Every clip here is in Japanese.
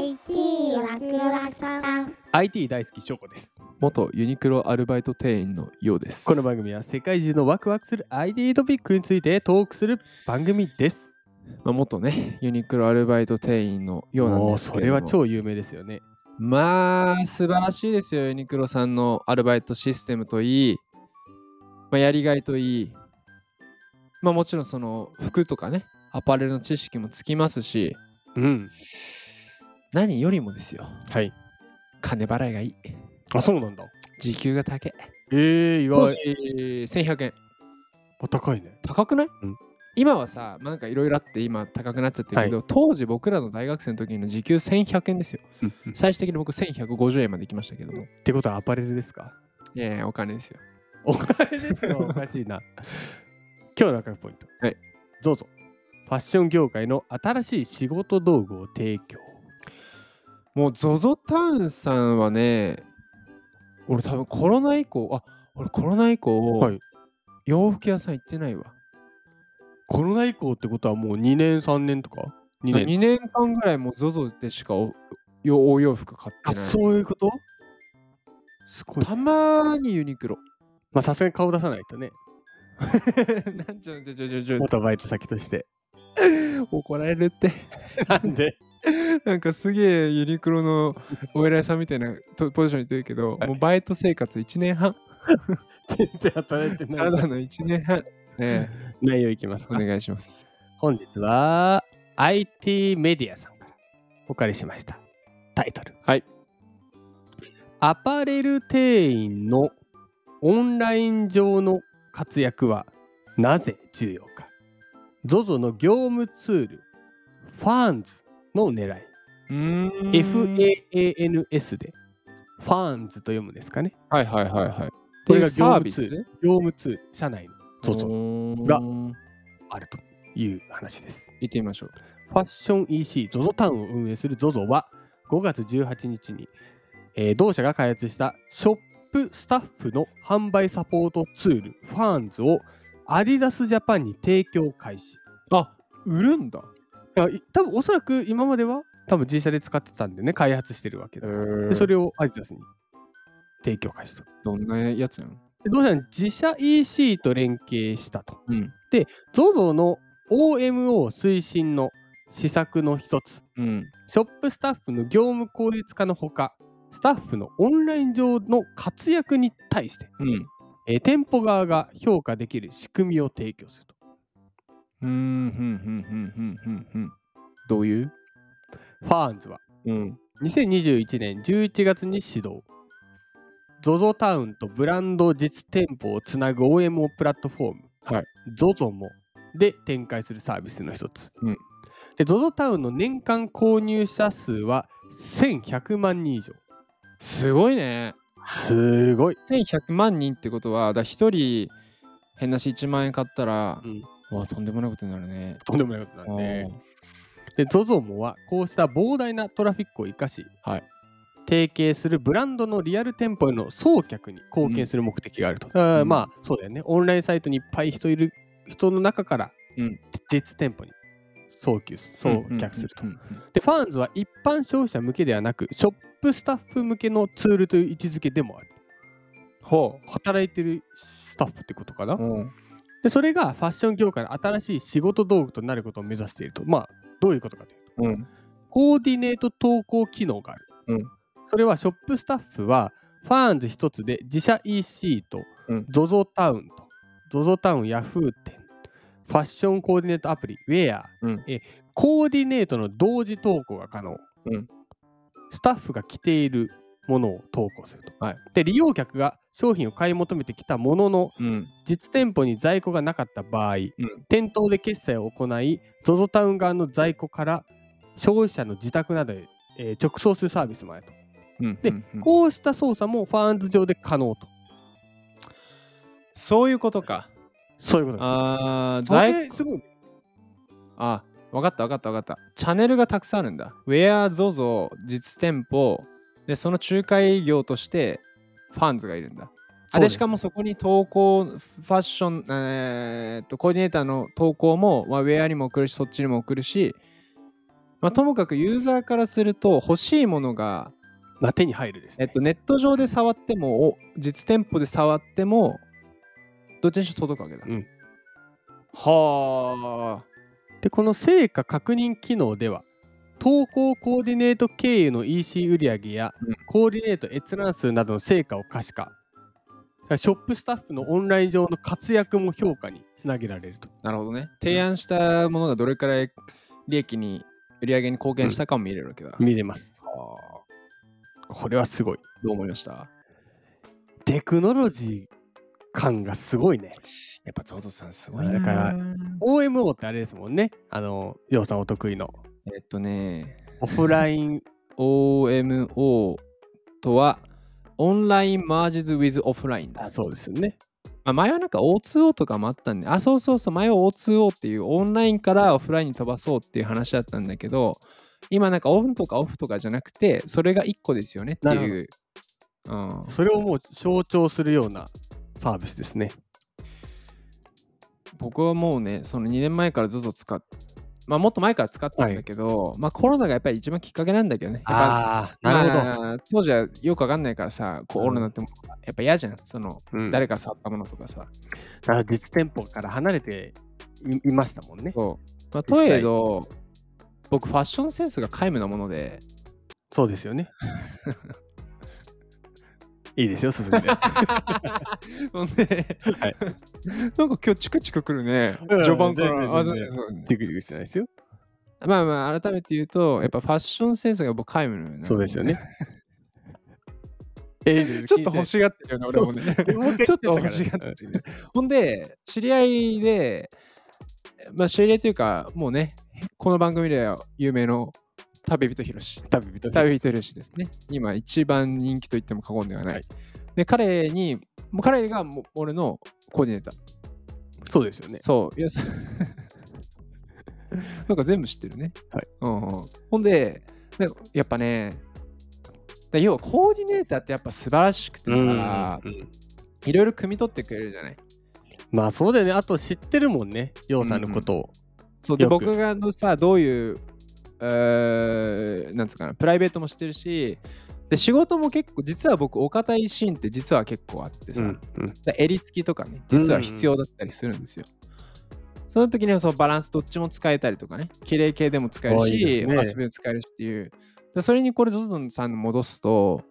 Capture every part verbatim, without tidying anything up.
イティー ワクワクさんアイティー 大好き翔子です。 元ユニクロアルバイト店員のようです。 この番組は世界中のワクワクする アイティー トピックについてトークする番組です。 まあ、元ねユニクロアルバイト店員のようなんもうそですけれども、 れは超有名ですよね。 まあ素晴らしいですよ。ユニクロさんのアルバイトシステムといい、まあ、やりがいといい、まあもちろんその服とかねアパレルの知識もつきますし、 うん。 何よりもですよ、 はい。 金払いがいい。 あ、そうなんだ。 時給が高い。 えー、意当外。 時せんひゃくえん。 あ、高いね。 高くない？ うん今はさ、まあなんかいろいろあって今高くなっちゃってるけど、当時僕らの大学生の時の時給せんひゃくえんですよ。 うんうん、 最終的に僕せんひゃくごじゅうえんまで行きましたけども。 ってことはアパレルですか？ いやいや、お金ですよ。 お金ですよ。おかしいな。今日の赤いポイント。 はい。 どうぞ。ファッション業界の新しい仕事道具を提供。 もう ゾゾ タウンさんはね、俺多分コロナ以降、あ、俺コロナ以降、 はい。 洋服屋さん行ってないわ。 コロナ以降ってことはもうにねんさんねんとか ?に 年。 にねんかんぐらいもう ゾゾ でしかおよお洋服買あ、 ってない。 そういうこと？すごい。 たまにユニクロ。 まあさすがに顔出さないとね。 なんちょちょちょちょちょ元バイト先として。 怒られるって。 なんで？ なんかすげえユニクロのお偉いさんみたいなとポジションにいってるけど、 はいもうバイト生活いちねんはん。 全然働いてないじゃん。 ただのいちねんはん。ええ、 内容いきますか。 お願いします。 本日は アイティー メディアさんからお借りしました。タイトル。 はい。 アパレル店員のオンライン上の活躍はなぜ重要か。ゾゾ の業務ツール、ファーンズの狙い。 うーんエフ エー エー エヌ エス で、ファーンズと読むんですかね。 はいはいはいはい。 これがサービス業務ツール、業務ツール、社内の ゾゾ が行あるという話です。 ってみましょう。 ファッション イーシー、ゾゾ タウンを運営する ゾゾ はごがつじゅうはちにちに、えー同社が開発したショップスタッフの販売サポートツール、ファーンズをアディダスジャパンに提供開始。 あ、売るんだ。 いやい多分おそらく今までは多分自社で使ってたんでね、開発してるわけだ。でそれをアディダスに提供開始と。 どんなやつなの？ で同社は自社 イーシー と連携したと。 うん。 で、ゾゾ の オーエムオー 推進の施策の一つ、 うん。 ショップスタッフの業務効率化のほか、スタッフのオンライン上の活躍に対して、 うん。 えー店舗側が評価できる仕組みを提供すると。 うん。うん。うん。うん。うん。うん。どういう？ ファーンズはうん。 にせんにじゅういちねんじゅういちがつに始動。ゾゾ タウンとブランド実店舗をつなぐ オーエムオー プラットフォーム、 はい。 ゾゾ もで展開するサービスの一つ。 うんで、ゾゾ タウンの年間購入者数はせんひゃくまんにん以上。 すごいね。 すごい。 せんひゃくまんにんってことは、だひとり変なしいちまんえん買ったら、 うんわあ、とんでもないことになるね。 とんでもないことなんで。 あで、ゾゾ もはこうした膨大なトラフィックを生かし、 はい提携するブランドのリアル店舗への送客に貢献する目的があると。だからうんまあ、そうだよね。オンラインサイトにいっぱい人いる人の中から、 うん実店舗に送球送客すると。 うんうんで、ファーンズは一般消費者向けではなく、ショップスタッフ向けのツールという位置づけでもある。 ほ働いてるスタッフってことかな。 う。うん。 で、それがファッション業界の新しい仕事道具となることを目指していると。まあ、どういうことかというと、 うん。 コーディネート投稿機能がある。 うんそれはショップスタッフはファーンズ一つで自社 イーシー とうんゾゾ タウンと ゾゾ タウンヤフー店、ファッションコーディネートアプリ、ウェア、 うんえコーディネートの同時投稿が可能。 うんスタッフが着ているものを投稿すると。 はいで、利用客が商品を買い求めてきたもののうん。 実店舗に在庫がなかった場合、 うん店頭で決済を行い、ゾゾ タウン側の在庫から消費者の自宅などへ、えー直送するサービスもあると。 うん。 でうんうんこうした操作もファーンズ上で可能と。 そういうことか。 そういうことです。 ああ、 そ在れすごいね。 あ、わかったわかったわかった。チャンネルがたくさんあるんだ。ウェア、ゾゾ、実店舗、で、その仲介業としてファンズがいるんだ。あで、 そうですしかもそこに投稿、ファッション、えーっと、コーディネーターの投稿も、まあ、ウェアにも送るし、そっちにも送るし、 まあ、ともかくユーザーからすると欲しいものが、 まあ、手に入るですね。 えっと、ネット上で触っても、お実店舗で触っても、どっちにしろ届くわけだ。 うんはあ。 で、この成果確認機能では、投稿コーディネート経由の イーシー 売上や、 うんコーディネート閲覧数などの成果を可視化。ショップスタッフのオンライン上の活躍も評価につなげられると。 なるほどね。提案したものがどれくらい利益に、売り上げに貢献したかも見れるわけだ。 見れます。 はあ。 これはすごい。 どう思いました？ テクノロジー感がすごいね。 やっぱゾゾさんすごいなだから オーエムオー ってあれですもんね。あの、ヨウさんお得意の。 えっとね、 オフラインオーエムオー とは、オンラインマージズ with オフラインだ。 あ、そうですよね。 まあ、前はなんか オーツーオー とかもあったんで、あ、そうそうそう、前は オーツーオー っていうオンラインからオフラインに飛ばそうっていう話だったんだけど、今なんかオンとかオフとかじゃなくて、それがいっこですよねってなるいう。うん、 それをもう象徴するようなサービスですね。 僕はもうね、そのにねんまえから ゾゾ 使っまあもっと前から使ってたんだけど、まあコロナがやっぱり一番きっかけなんだけどね。やっぱああ、なるほど。 まあ当時はよくわかんないからさ、コロナってものがやっぱ嫌じゃん。その、 うん誰か触ったものとかさ。 だから実店舗から離れていいましたもんね。 そう。まあ、 実際とえど、僕ファッションセンスが皆無なもので、 そうですよね。いいですよ、進んで。 ほんで、 はいなんか今日チクチクくるね。 うん序盤か全然ら。あ全然そうそうチクチクしてないですよ。 まあまあ、改めて言うと、やっぱファッションセンスが僕皆無なのそうですよね。えーちょっと欲しがってるよね、俺もね。 もう一回ちょっと言ってたから欲しがってる、ね。ほんで、知り合いで、まあ知り合いというか、もうね、この番組では有名の旅人ひろし。 旅人旅人ひろしですね。今一番人気と言っても過言ではない。 はい、 で、彼に、もう彼がもう俺のコーディネーター。 そうですよね。 そう。いや、そなんか全部知ってるね。 はい。 うんうん、ほんで、なんかやっぱね、要はコーディネーターってやっぱ素晴らしくてさ、 うんうんいろいろ汲み取ってくれるじゃない。 まあそうだよね。あと知ってるもんね、ヨウさんのことを。 そうでよく僕がのさ、どういう、えーなんつうかな、プライベートも知ってるし、で仕事も結構、実は僕、お堅いシーンって実は結構あってさ、 うんうんで襟付きとかね、実は必要だったりするんですよ。その時にはそのバランスどっちも使えたりとかね、綺麗系でも使えるあいいし、 ですね遊びでも使えるしっていう。でそれにこれ、ゾゾさんに戻すと、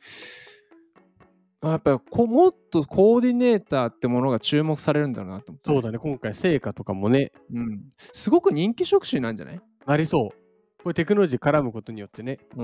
あやっぱりこうもっとコーディネーターってものが注目されるんだろうなと思って。 そうだね、今回成果とかもね、 うん。すごく人気職種なんじゃない？ なりそう。これテクノロジー絡むことによってね。 うん。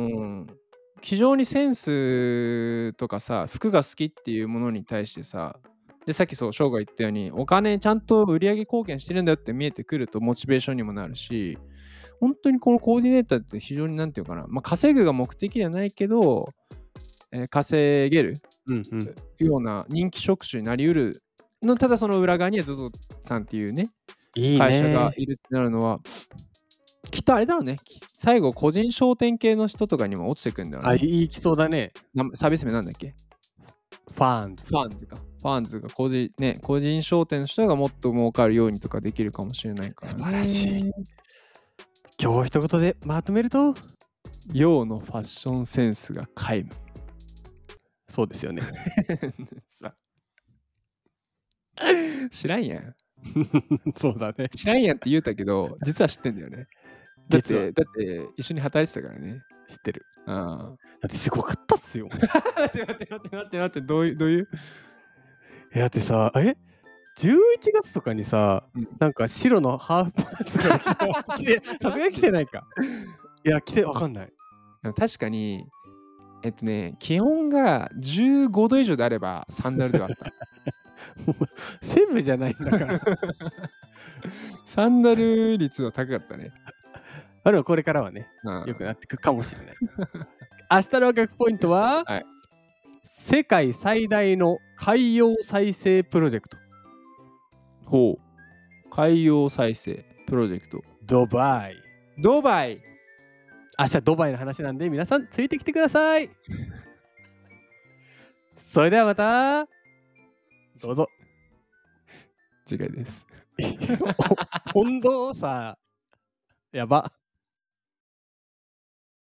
非常にセンスとかさ、服が好きっていうものに対してさ、で、さっきそう、翔が言ったように、お金ちゃんと売り上げ貢献してるんだよって見えてくるとモチベーションにもなるし、本当にこのコーディネーターって非常になんていうかな、まあ、稼ぐが目的ではないけど、えー稼げるうんうん。 ような人気職種になりうるの、ただその裏側には ゾゾ さんっていうね、 いいね。 会社がいるってなるのは、きっとあれだろうね、最後個人商店系の人とかにも落ちてくんだろうあ、 ね。 いいきそうだね。 なサービス名なんだっけ？ ファンズ。 ファンズか。ファンズが個人、ね、個人商店の人がもっと儲かるようにとかできるかもしれないから、ね。 素晴らしい。今日一言でまとめると、 洋のファッションセンスが皆無。 そうですよね。 さ知らんやん。 そうだね。 知らんやんって言うたけど、実は知ってんだよね。だっ実はて、だって一緒に働いてたからね。 知ってる。 あだってすごかったっすよ。 あ。待って待って待って待って待って、どういう、どういうえだってさ、えじゅういちがつとかにさ、 うんなんか白のハーフパンツが来て、さすがに来てないか。いや、来てわかんない。 でも確かに、えっとね、気温がじゅうごど以上であればサンダルではあった。 もうセブじゃないんだから。 サンダル率は高かったね。 あるいはこれからはね、 うん良くなってくかもしれない。明日の学ポイントは、 はい世界最大の海洋再生プロジェクト、 ほう。海洋再生プロジェクト。 ドバイ。 ドバイ。 明日ドバイの話なんで皆さんついてきてください。それではまたどうぞ。 次回です。 本当さ、やば。